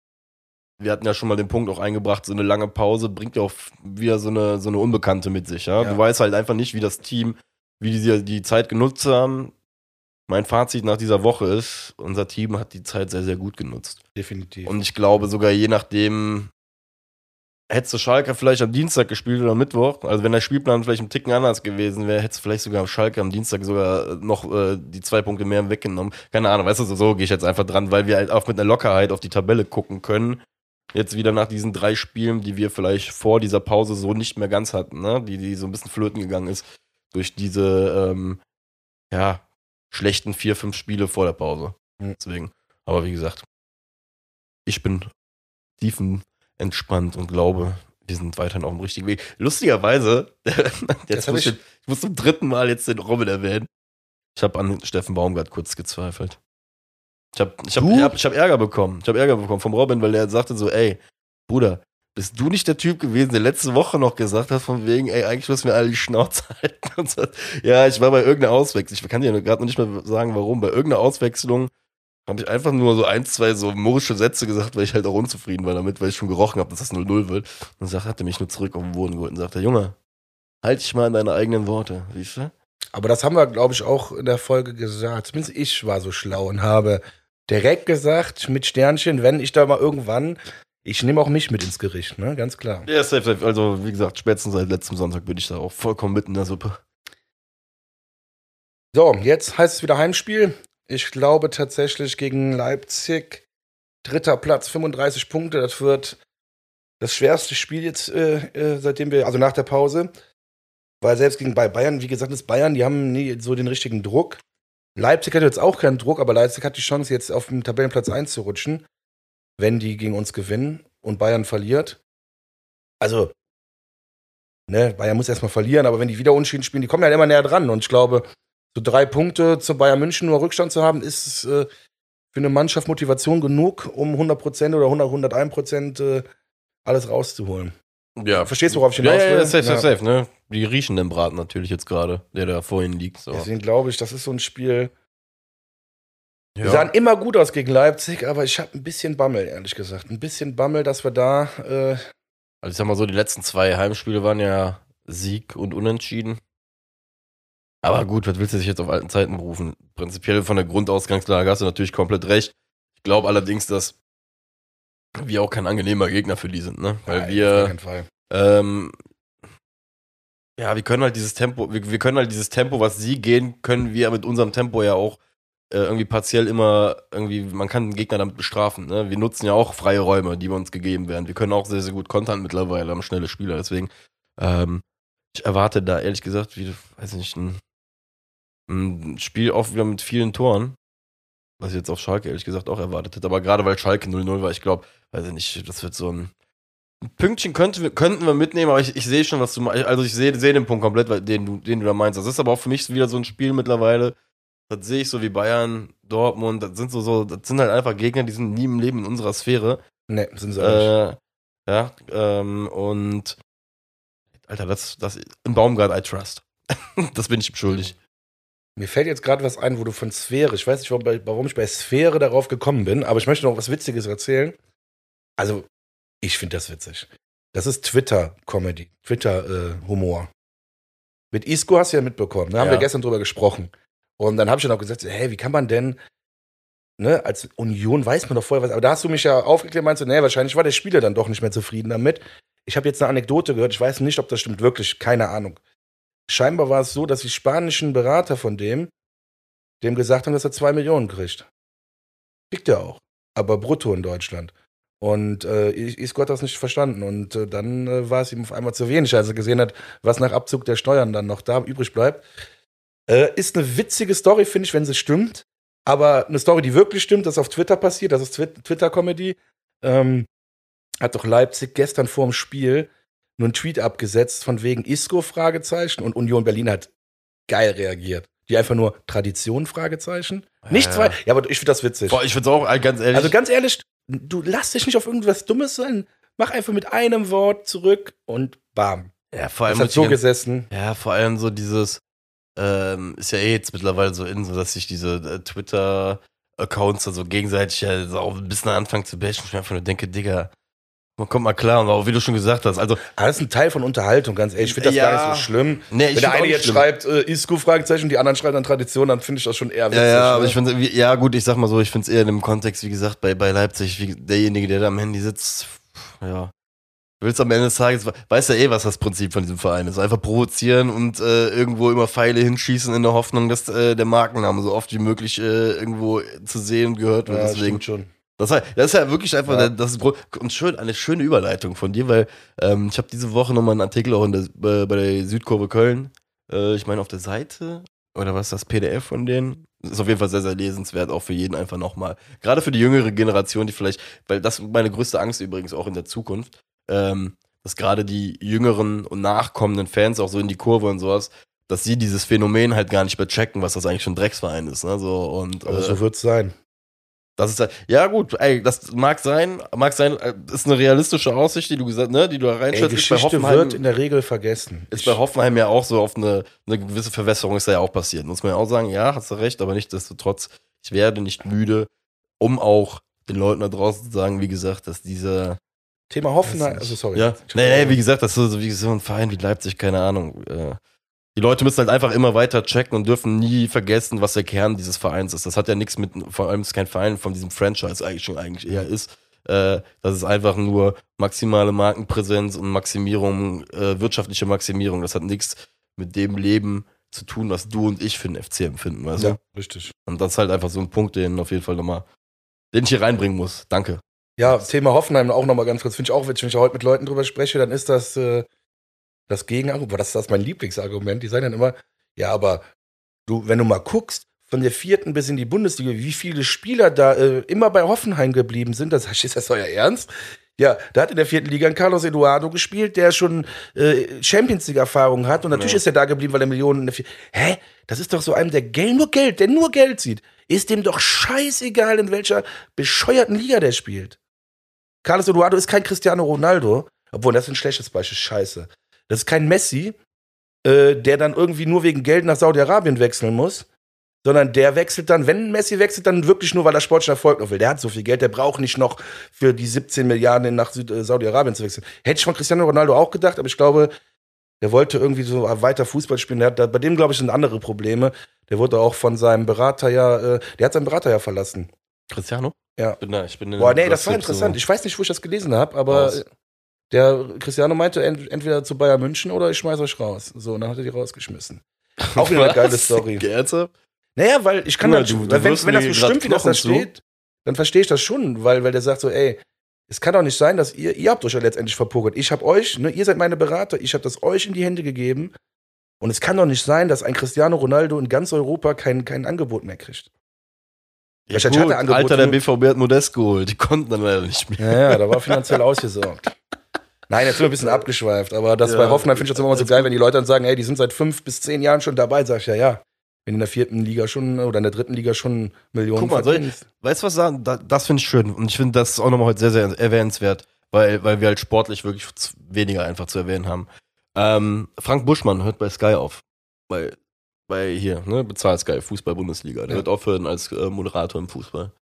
Wir hatten ja schon mal den Punkt auch eingebracht, so eine lange Pause bringt ja auch wieder so eine, so eine Unbekannte mit sich. Ja? Ja. Du weißt halt einfach nicht, wie das Team, wie die die Zeit genutzt haben. Mein Fazit nach dieser Woche ist, unser Team hat die Zeit sehr, sehr gut genutzt. Definitiv. Und ich glaube sogar je nachdem, hättest du Schalke vielleicht am Dienstag gespielt oder am Mittwoch, also wenn der Spielplan vielleicht ein Ticken anders gewesen wäre, hättest du vielleicht sogar am Schalke am Dienstag sogar noch äh, die zwei Punkte mehr weggenommen. Keine Ahnung, weißt du, so, so gehe ich jetzt einfach dran, weil wir halt auch mit einer Lockerheit auf die Tabelle gucken können. Jetzt wieder nach diesen drei Spielen, die wir vielleicht vor dieser Pause so nicht mehr ganz hatten, ne? Die, die so ein bisschen flöten gegangen ist durch diese, ähm, ja, schlechten vier, fünf Spiele vor der Pause. Mhm. Deswegen. Aber wie gesagt, ich bin tiefenentspannt und glaube, wir sind weiterhin auf dem richtigen Weg. Lustigerweise, jetzt muss ich, ich muss zum dritten Mal jetzt den Robin erwähnen. Ich habe an Steffen Baumgart kurz gezweifelt. Ich habe ich hab, ich hab, ich hab Ärger bekommen. Ich habe Ärger bekommen vom Robin, weil er sagte so, ey, Bruder, bist du nicht der Typ gewesen, der letzte Woche noch gesagt hat, von wegen, ey, eigentlich müssen wir alle die Schnauze halten. Und so. Ja, ich war bei irgendeiner Auswechslung, ich kann dir gerade noch nicht mal sagen, warum, bei irgendeiner Auswechslung habe ich einfach nur so ein, zwei so murrische Sätze gesagt, weil ich halt auch unzufrieden war damit, weil ich schon gerochen habe, dass das null null wird. Und dann hat er mich nur zurück auf den Boden geholt und sagte, Junge, halt dich mal an deine eigenen Worte, siehst du? Aber das haben wir, glaube ich, auch in der Folge gesagt. Zumindest ich war so schlau und habe direkt gesagt, mit Sternchen, wenn ich da mal irgendwann, ich nehme auch mich mit ins Gericht, ne? Ganz klar. Ja, safe, safe. Also, wie gesagt, spätestens seit letztem Sonntag bin ich da auch vollkommen mitten in der Suppe. So, jetzt heißt es wieder Heimspiel. Ich glaube tatsächlich gegen Leipzig. Dritter Platz, fünfunddreißig Punkte. Das wird das schwerste Spiel jetzt, äh, äh, seitdem wir, also nach der Pause. Weil selbst gegen bei Bayern, wie gesagt, ist Bayern, die haben nie so den richtigen Druck. Leipzig hat jetzt auch keinen Druck, aber Leipzig hat die Chance, jetzt auf dem Tabellenplatz einzurutschen, wenn die gegen uns gewinnen und Bayern verliert. Also, ne, Bayern muss erstmal verlieren, aber wenn die wieder unentschieden spielen, die kommen ja immer näher dran. Und ich glaube, so drei Punkte zu Bayern München nur Rückstand zu haben, ist äh, für eine Mannschaft Motivation genug, um hundert Prozent oder hundert, hunderteins Prozent äh, alles rauszuholen. Ja. Verstehst du, worauf ich hinaus will? Ja, ja, ja, safe, safe, safe, ne? Die riechen den Braten natürlich jetzt gerade, der da vor ihnen liegt. So. Deswegen glaube ich, das ist so ein Spiel. Ja. Wir sahen immer gut aus gegen Leipzig, aber ich habe ein bisschen Bammel, ehrlich gesagt. Ein bisschen Bammel, dass wir da. Äh Also ich sag mal so, die letzten zwei Heimspiele waren ja Sieg und Unentschieden. Aber gut, was willst du dich jetzt auf alten Zeiten berufen? Prinzipiell von der Grundausgangslage hast du natürlich komplett recht. Ich glaube allerdings, dass wir auch kein angenehmer Gegner für die sind, ne? Weil Nein, wir auf keinen Fall. Ähm, ja, wir können halt dieses Tempo, wir, wir können halt dieses Tempo, was sie gehen, können wir mit unserem Tempo ja auch äh, irgendwie partiell immer irgendwie, man kann den Gegner damit bestrafen, ne? Wir nutzen ja auch freie Räume, die uns gegeben werden. Wir können auch sehr, sehr gut kontern mittlerweile, haben schnelle Spieler, deswegen ähm, ich erwarte da ehrlich gesagt, wie, weiß nicht, ein, ein Spiel auch wieder mit vielen Toren, was ich jetzt auf Schalke ehrlich gesagt auch erwartet hätte, aber gerade weil Schalke null null war, ich glaube, weiß ich nicht, das wird so ein Ein Pünktchen könnten wir, könnten wir mitnehmen, aber ich, ich sehe schon, was du meinst. Also ich sehe seh den Punkt komplett, den du, den du da meinst. Das ist aber auch für mich wieder so ein Spiel mittlerweile. Das sehe ich so wie Bayern, Dortmund. Das sind so, so, das sind halt einfach Gegner, die sind nie im Leben in unserer Sphäre. Nee, sind sie auch nicht. Äh, ja, ähm, und Alter, das, das im Baumgart I trust. Das bin ich ihm schuldig. Mir fällt jetzt gerade was ein, wo du von Sphäre, ich weiß nicht, warum, warum ich bei Sphäre darauf gekommen bin, aber ich möchte noch was Witziges erzählen. Also, ich finde das witzig. Das ist Twitter-Comedy, Twitter-Humor. Mit Isco hast du ja mitbekommen, da haben Ja. wir gestern drüber gesprochen. Und dann habe ich dann auch gesagt, hey, wie kann man denn, ne, als Union weiß man doch vorher was, aber da hast du mich ja aufgeklärt, meinst du, nee, wahrscheinlich war der Spieler dann doch nicht mehr zufrieden damit. Ich habe jetzt eine Anekdote gehört, ich weiß nicht, ob das stimmt, wirklich, keine Ahnung. Scheinbar war es so, dass die spanischen Berater von dem, dem gesagt haben, dass er zwei Millionen kriegt. Kriegt er auch, aber brutto in Deutschland. Und äh, Isco hat das nicht verstanden. Und äh, dann äh, war es ihm auf einmal zu wenig, als er gesehen hat, was nach Abzug der Steuern dann noch da übrig bleibt. Äh, ist eine witzige Story, finde ich, wenn sie stimmt. Aber eine Story, die wirklich stimmt, das ist auf Twitter passiert, das ist Twi- Twitter-Comedy, ähm, hat doch Leipzig gestern vor dem Spiel nur einen Tweet abgesetzt von wegen Isco, Fragezeichen, und Union Berlin hat geil reagiert. Die einfach nur Tradition, Fragezeichen. Nicht zwei, ja, aber ich finde das witzig. Boah, ich find's auch, äh, ganz ehrlich. Also ganz ehrlich, du lass dich nicht auf irgendwas Dummes sein. Mach einfach mit einem Wort zurück und bam. ja, vor Das allem hat so die ganze- gesessen. Ja, vor allem so dieses, ähm, ist ja eh jetzt mittlerweile so in, so dass sich diese äh, Twitter-Accounts da so gegenseitig ja so auch ein bisschen anfangen zu bashen. Ich mir einfach nur denke, Digga, man kommt mal klar. Und auch wie du schon gesagt hast, also, Aber das ist ein Teil von Unterhaltung, ganz ehrlich. Ich finde das Ja. gar nicht so schlimm. nee, ich Wenn der find's auch eine nicht jetzt schlimm. schreibt, äh, Isco, Fragezeichen, und die anderen schreiben dann Tradition, dann finde ich das schon eher witzig. Ja, ja, aber ne? ich finde, ja gut, ich sag mal so, ich finde es eher in dem Kontext, wie gesagt, bei, bei Leipzig, wie derjenige, der da am Handy sitzt, ja, du willst am Ende des Tages, weißt ja eh, was das Prinzip von diesem Verein ist. Einfach provozieren und äh, irgendwo immer Pfeile hinschießen in der Hoffnung, dass äh, der Markenname so oft wie möglich äh, irgendwo zu sehen und gehört wird. Ja, Deswegen, stimmt schon. das, ist- das ist ja wirklich einfach, Ja. das ist gro- und schön, eine schöne Überleitung von dir, weil ähm, ich habe diese Woche nochmal einen Artikel auch in der, bei, bei der Südkurve Köln, äh, ich meine auf der Seite, oder was ist das, P D F von denen? Das ist auf jeden Fall sehr, sehr lesenswert, auch für jeden einfach nochmal. Gerade für die jüngere Generation, die vielleicht, weil das ist meine größte Angst übrigens auch in der Zukunft, ähm, dass gerade die jüngeren und nachkommenden Fans auch so in die Kurve und sowas, dass sie dieses Phänomen halt gar nicht mehr checken, was das eigentlich für ein Drecksverein ist. Ne? So, und, Aber äh, so wird's sein. das ist halt, ja gut, ey, das mag sein, mag sein, äh, ist eine realistische Aussicht, die du gesagt, ne, die du da Ey, reinschätzt. Ist bei Geschichte Hoffenheim, wird in der Regel vergessen. ist bei Hoffenheim ja auch so auf eine, eine gewisse Verwässerung ist da ja auch passiert. Muss man ja auch sagen, ja, hast du recht, aber nichtsdestotrotz, ich werde nicht müde, um auch den Leuten da draußen zu sagen, wie gesagt, dass dieser, Thema Hoffenheim, also sorry. ja, nee, nee, wie gesagt, das ist so wie so ein Verein wie Leipzig, keine Ahnung. Äh, die Leute müssen halt einfach immer weiter checken und dürfen nie vergessen, was der Kern dieses Vereins ist. Das hat ja nichts mit, vor allem ist kein Verein von diesem Franchise eigentlich schon eigentlich eher ist. Äh, das ist einfach nur maximale Markenpräsenz und Maximierung, äh, wirtschaftliche Maximierung. Das hat nichts mit dem Leben zu tun, was du und ich für den F C empfinden, weißt Ja, du? richtig. Und das ist halt einfach so ein Punkt, den auf jeden Fall nochmal, den ich hier reinbringen muss. Danke. Ja, Thema Hoffenheim auch nochmal ganz kurz. Finde ich auch witzig, wenn ich heute mit Leuten drüber spreche, dann ist das äh, das Gegenargument. Das ist das mein Lieblingsargument. Die sagen dann immer, ja, aber du, wenn du mal guckst, von der vierten bis in die Bundesliga, wie viele Spieler da äh, immer bei Hoffenheim geblieben sind, das ist das euer Ernst? Ja, da hat in der vierten Liga ein Carlos Eduardo gespielt, der schon äh, Champions League-Erfahrung hat. Und natürlich Ja. ist er da geblieben, weil er Millionen in der vierten. Hä? Das ist doch so einem, der Geld, nur Geld, der nur Geld sieht. Ist dem doch scheißegal, in welcher bescheuerten Liga der spielt. Carlos Eduardo ist kein Cristiano Ronaldo, obwohl das ist ein schlechtes Beispiel, scheiße. Das ist kein Messi, äh, der dann irgendwie nur wegen Geld nach Saudi-Arabien wechseln muss, sondern der wechselt dann, wenn Messi wechselt, dann wirklich nur, weil er sportlichen Erfolg noch will. Der hat so viel Geld, der braucht nicht noch für die siebzehn Milliarden nach Süd- äh, Saudi-Arabien zu wechseln. Hätte ich von Cristiano Ronaldo auch gedacht, aber ich glaube, der wollte irgendwie so weiter Fußball spielen. Der hat, da- bei dem, glaube ich, sind andere Probleme. Der wurde auch von seinem Berater ja, äh, der hat seinen Berater ja verlassen. Cristiano? Ja. Ich bin da, ich bin in Boah, dem nee, das war Gossip interessant. so- Ich weiß nicht, wo ich das gelesen habe, aber Raus. der Cristiano meinte ent entweder zu Bayern München oder ich schmeiß euch raus. So, und dann hat er die rausgeschmissen. Auch wieder eine geile Story. Ernsthaft? Naja, weil ich kann Guck mal, dann, du- du weil wenn, wirst wenn das mir so grad stimmt, wie das da Knochen zu. steht, dann verstehe ich das schon, weil, weil der sagt so, ey, es kann doch nicht sein, dass ihr, ihr habt euch ja letztendlich verpokert. Ich hab euch, ne, ihr seid meine Berater, ich habe das euch in die Hände gegeben. Und es kann doch nicht sein, dass ein Cristiano Ronaldo in ganz Europa kein, kein Angebot mehr kriegt. Ja, Wahrscheinlich gut, hat er Angebot Alter, der genug. B V B hat Modest geholt. Die konnten dann leider nicht mehr. Ja, ja, da war finanziell ausgesorgt. Nein, jetzt sind wir ein bisschen abgeschweift, aber das Ja, bei Hoffenheim finde ich das immer so alles geil, gut. wenn die Leute dann sagen, ey, die sind seit fünf bis zehn Jahren schon dabei, sag ich ja, ja. Wenn in der vierten Liga schon oder in der dritten Liga schon Millionen Guck mal, soll ich- verdienst. Weißt du was sagen? Da, das finde ich schön. Und ich finde, das ist auch nochmal heute sehr, sehr erwähnenswert, weil, weil wir halt sportlich wirklich z- weniger einfach zu erwähnen haben. Ähm, Frank Buschmann hört bei Sky auf. Bei, bei hier, ne, bezahlt Sky, Fußball-Bundesliga. Der Ja. wird aufhören als äh, Moderator im Fußball.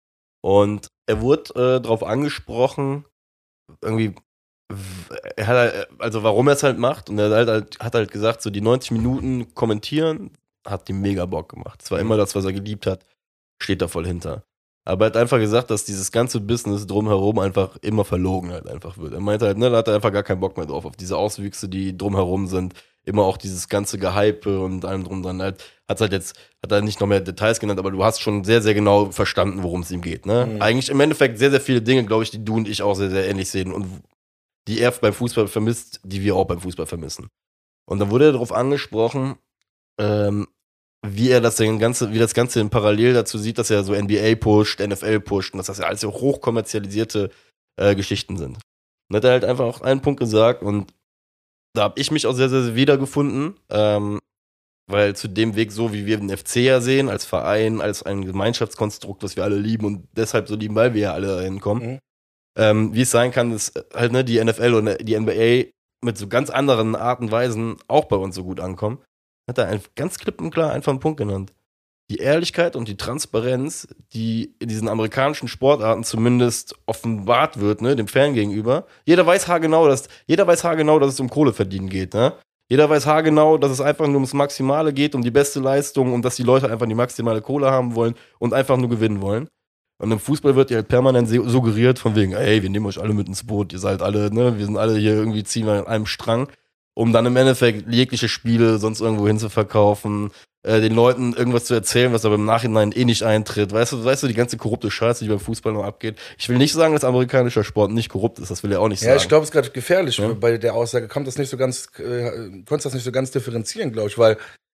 Und er wurde äh, darauf angesprochen, irgendwie, w- er hat halt, also warum er es halt macht. Und er hat halt, hat halt gesagt, so die neunzig Minuten kommentieren, hat ihm mega Bock gemacht. Es war immer das, was er geliebt hat, steht da voll hinter. Aber er hat einfach gesagt, dass dieses ganze Business drumherum einfach immer verlogen halt einfach wird. Er meinte halt, ne, da hat er einfach gar keinen Bock mehr drauf, auf diese Auswüchse, die drumherum sind. Immer auch dieses ganze Gehype und allem drum dran. Halt, hat halt jetzt, hat er nicht noch mehr Details genannt, aber du hast schon sehr, sehr genau verstanden, worum es ihm geht. Ne? Mhm. Eigentlich im Endeffekt sehr, sehr viele Dinge, glaube ich, die du und ich auch sehr, sehr ähnlich sehen und die er beim Fußball vermisst, die wir auch beim Fußball vermissen. Und dann wurde er darauf angesprochen, ähm, wie er das denn ganze, wie das Ganze in parallel dazu sieht, dass er so N B A pusht, N F L pusht und dass das ja alles so hochkommerzialisierte äh, Geschichten sind. Und hat er halt einfach auch einen Punkt gesagt und da habe ich mich auch sehr, sehr, sehr wiedergefunden, ähm, weil zu dem Weg, so wie wir den F C ja sehen, als Verein, als ein Gemeinschaftskonstrukt, das wir alle lieben und deshalb so lieben, weil wir ja alle hinkommen, mhm. ähm, wie es sein kann, dass halt ne, die N F L und die N B A mit so ganz anderen Arten und Weisen auch bei uns so gut ankommen, hat er einfach ganz klipp und klar einfach einen Punkt genannt. Die Ehrlichkeit und die Transparenz, die in diesen amerikanischen Sportarten zumindest offenbart wird, ne, dem Fan gegenüber. Jeder weiß haargenau, dass, jeder weiß haargenau, dass es um Kohleverdienen geht, ne? Jeder weiß haargenau, dass es einfach nur ums Maximale geht, um die beste Leistung und dass die Leute einfach die maximale Kohle haben wollen und einfach nur gewinnen wollen. Und im Fußball wird ja halt permanent suggeriert von wegen, ey, wir nehmen euch alle mit ins Boot, ihr seid alle, ne, wir sind alle hier irgendwie, ziehen wir an einem Strang, um dann im Endeffekt jegliche Spiele sonst irgendwo hin zu verkaufen, äh, den Leuten irgendwas zu erzählen, was aber im Nachhinein eh nicht eintritt. Weißt du, weißt du, die ganze korrupte Scheiße, die beim Fußball noch abgeht. Ich will nicht sagen, dass amerikanischer Sport nicht korrupt ist, das will er auch nicht sagen. Ja, ich glaube, es ist gerade gefährlich. Ja? Bei der Aussage kommt das nicht so ganz, äh, konntest das nicht so ganz differenzieren, glaube ich, weil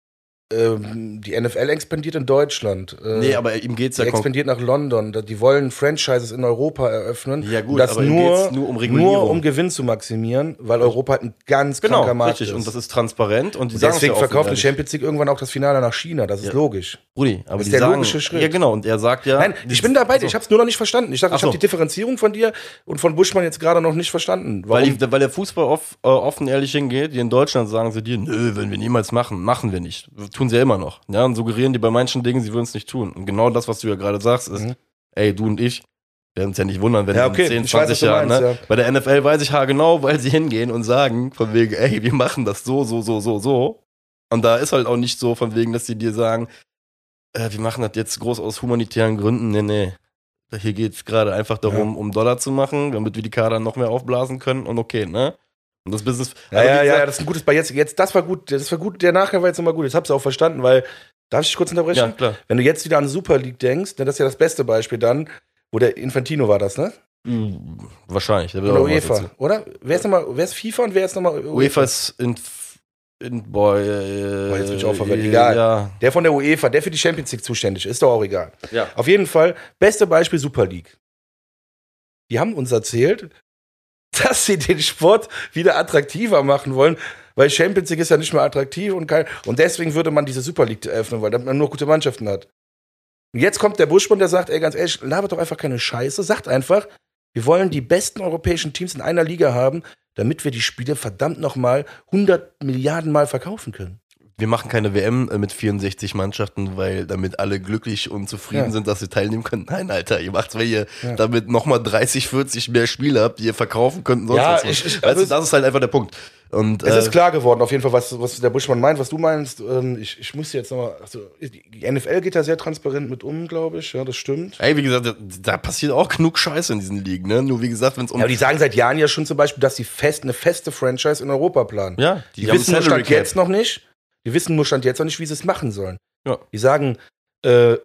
ähm, die N F L expandiert in Deutschland. Äh, nee, aber ihm geht's ja Die expandiert nach London. Die wollen Franchises in Europa eröffnen. Ja gut, das aber ihm nur, geht's nur um Regulierung. Nur um Gewinn zu maximieren, weil Europa halt ein ganz genau, kranker Markt richtig. ist. Und das ist transparent. Und, die und sagen deswegen ja verkauft die ehrlich. Champions League irgendwann auch das Finale nach China. Das ist ja. logisch. Rudi, aber das ist die der sagen, logische Schritt. Ja genau, und er sagt ja... Nein, ich bin dabei, so. Ich habe es nur noch nicht verstanden. Ich dachte, ich so. habe die Differenzierung von dir und von Buschmann jetzt gerade noch nicht verstanden. Warum? Weil, ich, weil der Fußball off, äh, offen ehrlich hingeht, die in Deutschland sagen sie dir, nö, wenn wir niemals machen, machen wir nicht. Tun sie ja immer noch. Ja, und suggerieren die bei manchen Dingen, sie würden es nicht tun. Und genau das, was du ja gerade sagst, ist, mhm. ey, du und ich werden uns ja nicht wundern, wenn ja, okay. in zehn, zwanzig Jahren, ne? Ja. Bei der N F L weiß ich haargenau, weil sie hingehen und sagen, von wegen, ey, wir machen das so, so, so, so, so. Und da ist halt auch nicht so, von wegen, dass sie dir sagen, äh, wir machen das jetzt groß aus humanitären Gründen. Nee, nee. Hier geht es gerade einfach darum, ja. um Dollar zu machen, damit wir die Kader noch mehr aufblasen können und okay, ne? Und das Business. Ja, ja, gesagt, ja, das ist ein gutes Beispiel. Jetzt, jetzt, das war gut, das war gut, der Nachgang war jetzt nochmal gut. Jetzt hab's auch verstanden, weil, darf ich dich kurz unterbrechen? Ja, klar. Wenn du jetzt wieder an Super League denkst, dann das ist ja das beste Beispiel dann, wo der Infantino war das, ne? Mhm, wahrscheinlich. Der oder UEFA, oder? Wer ist nochmal, wer ist FIFA und wer ist nochmal UEFA? UEFA ist in, in boah, äh, boah, jetzt bin ich auch verwirrt. Egal. Ja. Der von der UEFA, der für die Champions League zuständig ist, ist doch auch egal. Ja. Auf jeden Fall, beste Beispiel Super League. Die haben uns erzählt, dass sie den Sport wieder attraktiver machen wollen, weil Champions League ist ja nicht mehr attraktiv und kein, und deswegen würde man diese Super League eröffnen, weil man nur gute Mannschaften hat. Und jetzt kommt der Buschmann, der sagt, ey, ganz ehrlich, labert doch einfach keine Scheiße, sagt einfach, wir wollen die besten europäischen Teams in einer Liga haben, damit wir die Spiele verdammt nochmal hundert Milliarden Mal verkaufen können. Wir machen keine W M mit vierundsechzig Mannschaften, weil damit alle glücklich und zufrieden ja. sind, dass sie teilnehmen können. Nein, Alter, ihr macht's, weil ihr ja. damit nochmal dreißig, vierzig mehr Spiele habt, die ihr verkaufen könnt. Sonst ja, was. Ich, ich, weißt du, das ist halt einfach der Punkt. Und, es äh, ist klar geworden, auf jeden Fall, was, was der Buschmann meint, was du meinst. Ähm, ich, ich muss jetzt nochmal, also, die N F L geht da sehr transparent mit um, glaube ich, ja, das stimmt. Ey, wie gesagt, da, da passiert auch genug Scheiße in diesen Ligen, ne? Nur wie gesagt, wenn es um... Ja, aber die sagen seit Jahren ja schon zum Beispiel, dass sie fest, eine feste Franchise in Europa planen. Ja, die, die wissen nur Stand jetzt noch nicht, die wissen nur Stand jetzt noch nicht, wie sie es machen sollen. Ja. Die sagen, äh,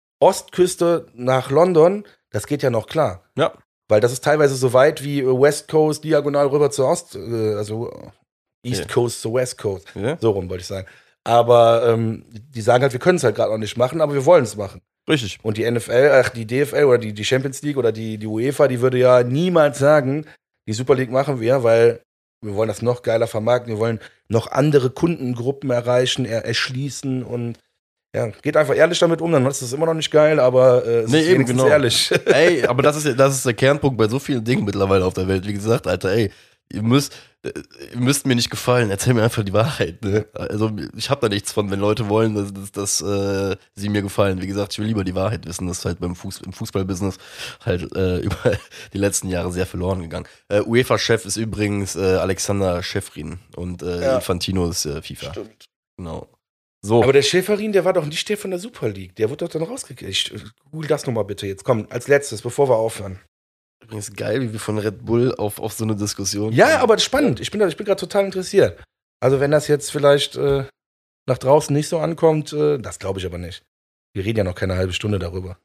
Ostküste nach London, das geht ja noch klar. Ja. Weil das ist teilweise so weit wie West Coast diagonal rüber zur Ost, äh, also East yeah. Coast zur West Coast. Yeah. So rum wollte ich sagen. Aber ähm, die sagen halt, wir können es halt gerade noch nicht machen, aber wir wollen es machen. Richtig. Und die N F L, ach, die D F L oder die, die Champions League oder die, die UEFA, die würde ja niemals sagen, die Super League machen wir, weil wir wollen das noch geiler vermarkten, wir wollen noch andere Kundengruppen erreichen, er, erschließen und ja, geht einfach ehrlich damit um, dann ist es immer noch nicht geil, aber äh, es nee, ist eben, wenigstens genau. ehrlich. Ey, aber das ist, das ist der Kernpunkt bei so vielen Dingen mittlerweile auf der Welt. Wie gesagt, Alter, ey, ihr müsst, ihr müsst mir nicht gefallen, erzähl mir einfach die Wahrheit. Ne? Also ich habe da nichts von, wenn Leute wollen, dass, dass, dass äh, sie mir gefallen. Wie gesagt, ich will lieber die Wahrheit wissen. Das ist halt beim Fuß, im Fußballbusiness halt äh, über die letzten Jahre sehr verloren gegangen. Äh, UEFA-Chef ist übrigens äh, Alexander Schäfrin und äh, ja. Infantino ist äh, FIFA. Stimmt. Genau. So. Aber der Schäferin, der war doch nicht der von der Super League. Der wurde doch dann rausgekriegt. Google das nochmal bitte jetzt. Komm, als letztes, bevor wir aufhören. Übrigens geil, wie wir von Red Bull auf, auf so eine Diskussion Ja, kommen. Aber spannend. Ich bin, ich bin gerade total interessiert. Also wenn das jetzt vielleicht äh, nach draußen nicht so ankommt, äh, das glaube ich aber nicht. Wir reden ja noch keine halbe Stunde darüber.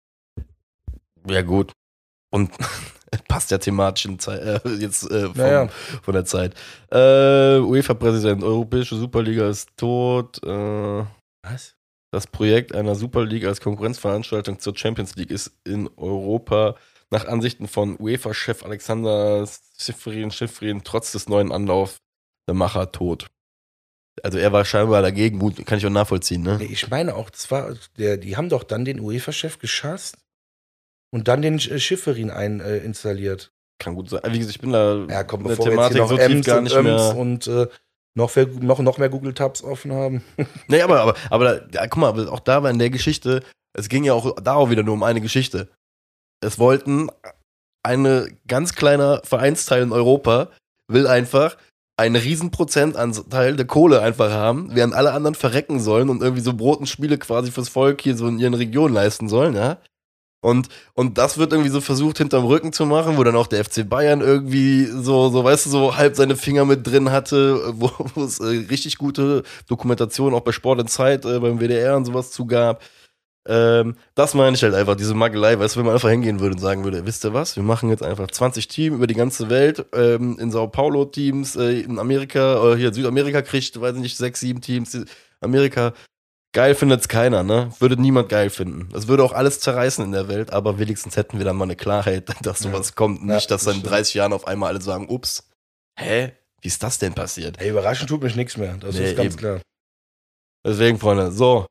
Ja gut. Und passt ja thematisch in Zeit, äh, jetzt äh, vom, naja. von der Zeit. Äh, UEFA-Präsident, Europäische Superliga ist tot. Äh, Was? Das Projekt einer Super League als Konkurrenzveranstaltung zur Champions League ist in Europa nach Ansichten von UEFA-Chef Alexander Schifrin, Schifrin trotz des neuen Anlaufs der Macher tot. Also er war scheinbar dagegen, gut, kann ich auch nachvollziehen, ne? Nee, ich meine auch, das war, der, die haben doch dann den UEFA-Chef geschasst und dann den Schifferin ein, äh, installiert. Kann gut sein. Wie gesagt, ich bin da ja, komm, in der bevor Thematik wir jetzt so tief tief gar nicht mehr. Und äh, noch, für, noch, noch mehr Google-Tabs offen haben. Nee, aber, aber, aber ja, guck mal, aber auch da war in der Geschichte, es ging ja auch da auch wieder nur um eine Geschichte. Es wollten eine ganz kleiner Vereinsteil in Europa, will einfach einen riesen Prozentanteil der Kohle einfach haben, während alle anderen verrecken sollen und irgendwie so Brot und Spiele quasi fürs Volk hier so in ihren Regionen leisten sollen, ja. Und, und das wird irgendwie so versucht, hinterm Rücken zu machen, wo dann auch der F C Bayern irgendwie so, so weißt du, so halb seine Finger mit drin hatte, wo, wo es äh, richtig gute Dokumentation auch bei Sport in Zeit, äh, beim W D R und sowas zugab. Ähm, das meine ich halt einfach, diese Magelei, weißt du, wenn man einfach hingehen würde und sagen würde, wisst ihr was, wir machen jetzt einfach zwanzig Teams über die ganze Welt, ähm, in Sao Paulo Teams, äh, in Amerika, oder hier Südamerika kriegt, weiß ich nicht, sechs, sieben Teams, Amerika. Geil findet's keiner, ne? Würde niemand geil finden. Das würde auch alles zerreißen in der Welt, aber wenigstens hätten wir dann mal eine Klarheit, dass sowas ja. kommt. Nicht, dass dann in dreißig Jahren auf einmal alle sagen, ups, hä? Wie ist das denn passiert? Hey, überraschend tut mich nichts mehr, das nee, ist ganz eben. Klar. Deswegen, Freunde, so.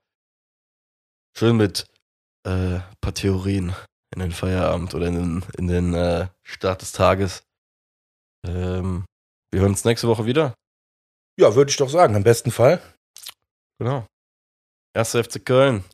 Schön mit äh, paar Theorien in den Feierabend oder in den, in den äh, Start des Tages. Ähm, wir hören uns nächste Woche wieder. Ja, würde ich doch sagen, im besten Fall. Genau. Erster F C Köln.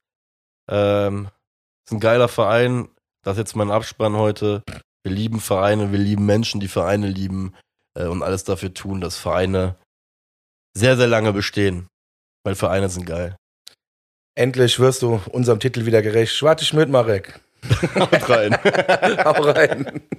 Ähm, ist ein geiler Verein. Das ist jetzt mein Abspann heute. Wir lieben Vereine, wir lieben Menschen, die Vereine lieben äh, und alles dafür tun, dass Vereine sehr, sehr lange bestehen. Weil Vereine sind geil. Endlich wirst du unserem Titel wieder gerecht. Schwarte Schmidt, Marek. Haut rein. Hau rein.